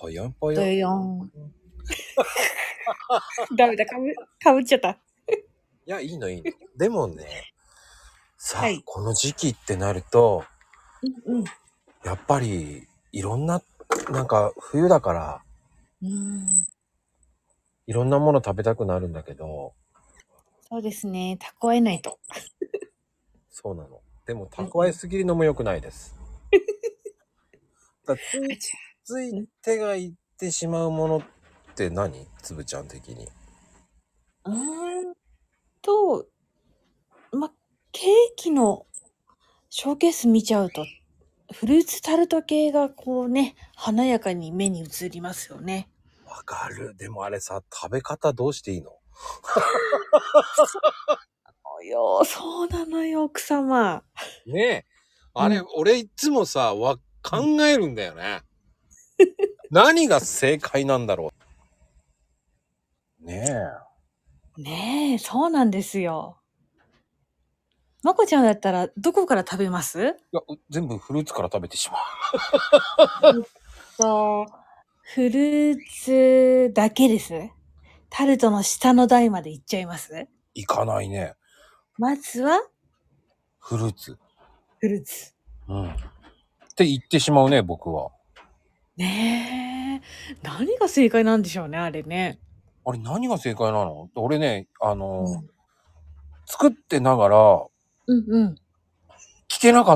ぽよんぽどよん。 よん。ダメだ、かぶっちゃった。 いや、いいの。でもね、さあ、 はい。 この時期ってなると、 うん。 やっぱり、いろんな、なんか、冬だから、いろんなもの食べたくなるんだけど、 そうですね。蓄えないと。 そうなの。でも、 うん蓄えすぎるのも良くないです。ついあちついゃ。 手がいってしまうものって何？つぶちゃん的に。 と、ケーキのショーケース見ちゃうと、フルーツタルト系がこうね、華やかに目に映りますよね。 わかる。でもあれさ、食べ方どうしていいの？ そうなのよ、奥様。 ねえ。あれ、 うん。 俺いつもさ、考えるんだよね。何が正解なんだろう。ねえ。 ねえ、そうなんですよ。まこちゃんだったらどこから食べます？ いや、全部フルーツから食べてしまう。 と、フルーツだけです。タルトの下の台まで行っちゃいます？ いかないね。 まずはフルーツ。 フルーツ。 うん。って言ってしまうね、僕は。 ねえ。何が正解なんでしょうね、あれね。 あれ、何が正解なの？俺ね、 うん。 作ってながら、 うんうん。 聞けなかった。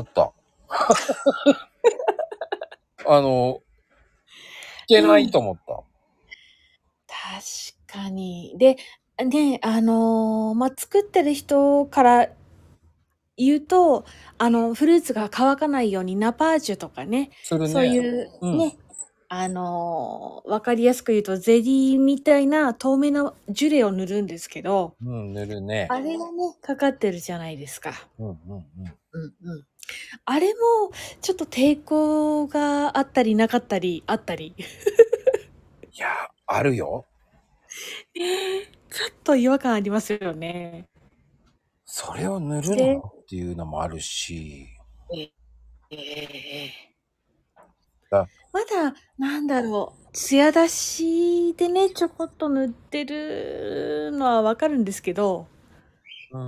聞けないうん。 と思った。 確かに。で、ね、作ってる人から言うと、フルーツが乾かないようにナパージュとかね、そうするね。 いううん。 ね、わかりやすく言うとゼリーみたいな透明なジュレを塗るんですけど、 うん、塗るね。 あれがね、かかってるじゃないですか。 うんうんうん。 うんうん。あれも、ちょっと抵抗があったりなかったりあったり。 いや、あるよ。 ちょっと違和感ありますよね。 それを塗るので、 っていうのもあるし。 ええだまだ、なんだろう、艶出しでね、ちょこっと塗ってるのはわかるんですけど、 うん。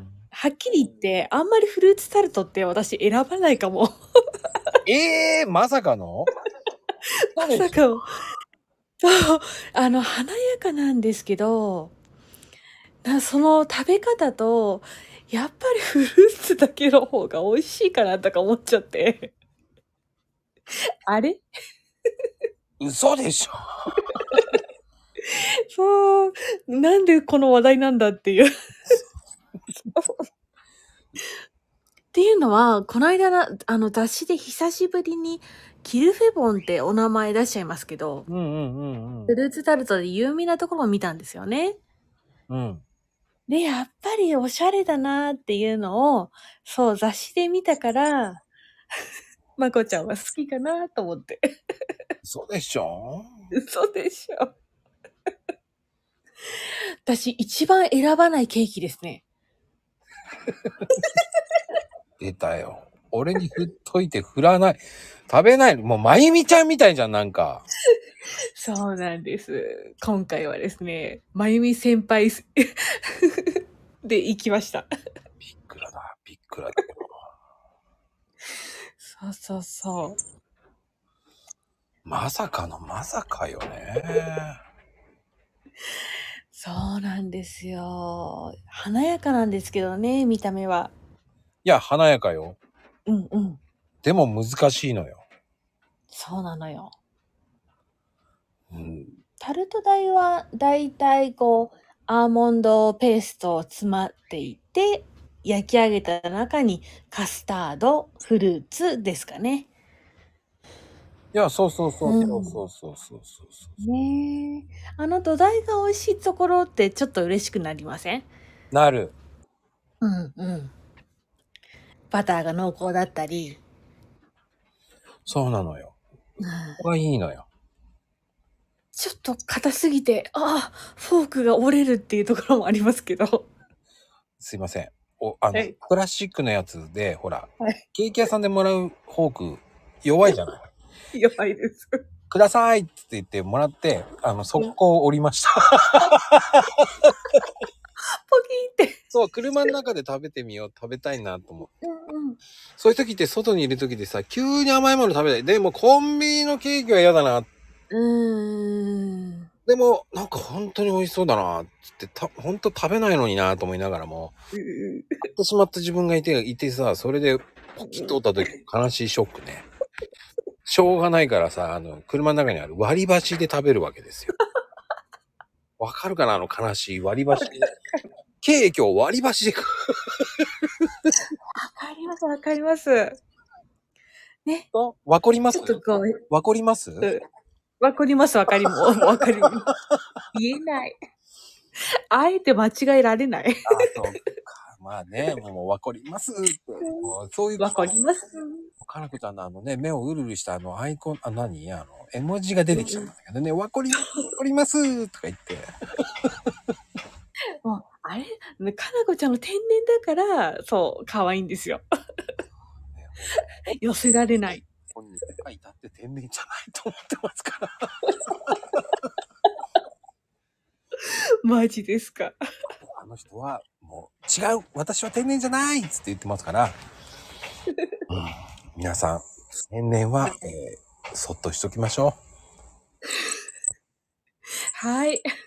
はっきり言って、あんまりフルーツタルトって私選ばないかも。 まさかの？ ま嘘でしょ？ さかも。そう、華やかなんですけど、その食べ方と、やっぱりフルーツだけの方が美味しいかなとか思っちゃって。あれ嘘でしょ？ そう、なんでこの話題なんだっていう。っていうのは、この間雑誌で久しぶりに、キルフェボンってお名前出しちゃいますけど、 うんうんうんうん。 フルーツタルトで有名なところを見たんですよね。 うん。 で、やっぱりおしゃれだなっていうのを、そう、雑誌で見たから、まこちゃんは好きかなと思って。 嘘でしょ？ 嘘でしょ。私、一番選ばないケーキですね。 出たよ。俺に振っといて振らない。食べない。もう、まゆみちゃんみたいじゃん、なんか。 そうなんです。今回はですね、まゆみ先輩で行きました。 びっくらだ。びっくらだけど。 そうそうそう。 まさかのまさかよね。 そうなんですよ。華やかなんですけどね、見た目は。 いや、華やかよ。 うんうん。 でも難しいのよ。 そうなのよ。 うん。 タルト台はだいたいこう、アーモンドペースト詰まっていて、焼き上げた中にカスタード、フルーツですかね。 いや、そうそうそううん。 そうそうそうそうそうそう。 ねえ。土台が美味しいところってちょっと嬉しくなりません？ なる。 うんうん。バターが濃厚だったり。 そうなのよ。 うん、 ここがいいのよ。 ちょっと硬すぎて、フォークが折れるっていうところもありますけど。 すいません。 はい。 プラスチックのやつで、ほら、 はい。 ケーキ屋さんでもらうフォーク、弱いじゃない。 弱いです。 くださいって言ってもらって、速攻降りました。 ポキーって。 そう、車の中で食べてみよう、食べたいなと思って。 うんうん。 そういう時って外にいる時でさ、急に甘いもの食べたい。でもコンビニのケーキは嫌だな。でも、なんか本当に美味しそうだなって本当食べないのになと思いながらも、買ってしまった自分がいてさ、それでポキッと折った時、悲しいショックね。しょうがないからさ、車の中にある割り箸で食べるわけですよ。わかるかな悲しい割り箸で。ケーキを割り箸で食う。 わかります、わかります。ね。 わかりますちょっとこう、 わかりますわかります、わかります。わかります。言えない。あえて間違えられない。 そうか。まあね、もうわかりますって。もうそういう。 わかります。 かなこちゃんの目をうるうるしたアイコン、絵文字が出てきちゃったんだけどね、わかりますとか言って。 もう、あれかなこちゃんの天然だから、そう、可愛いんですよ。寄せられない。 本人がいたって天然じゃないと思ってますから。 マジですか。 あの人はもう違う、私は天然じゃないっつって言ってますから、皆さん天然は、そっとしときましょう。 はい。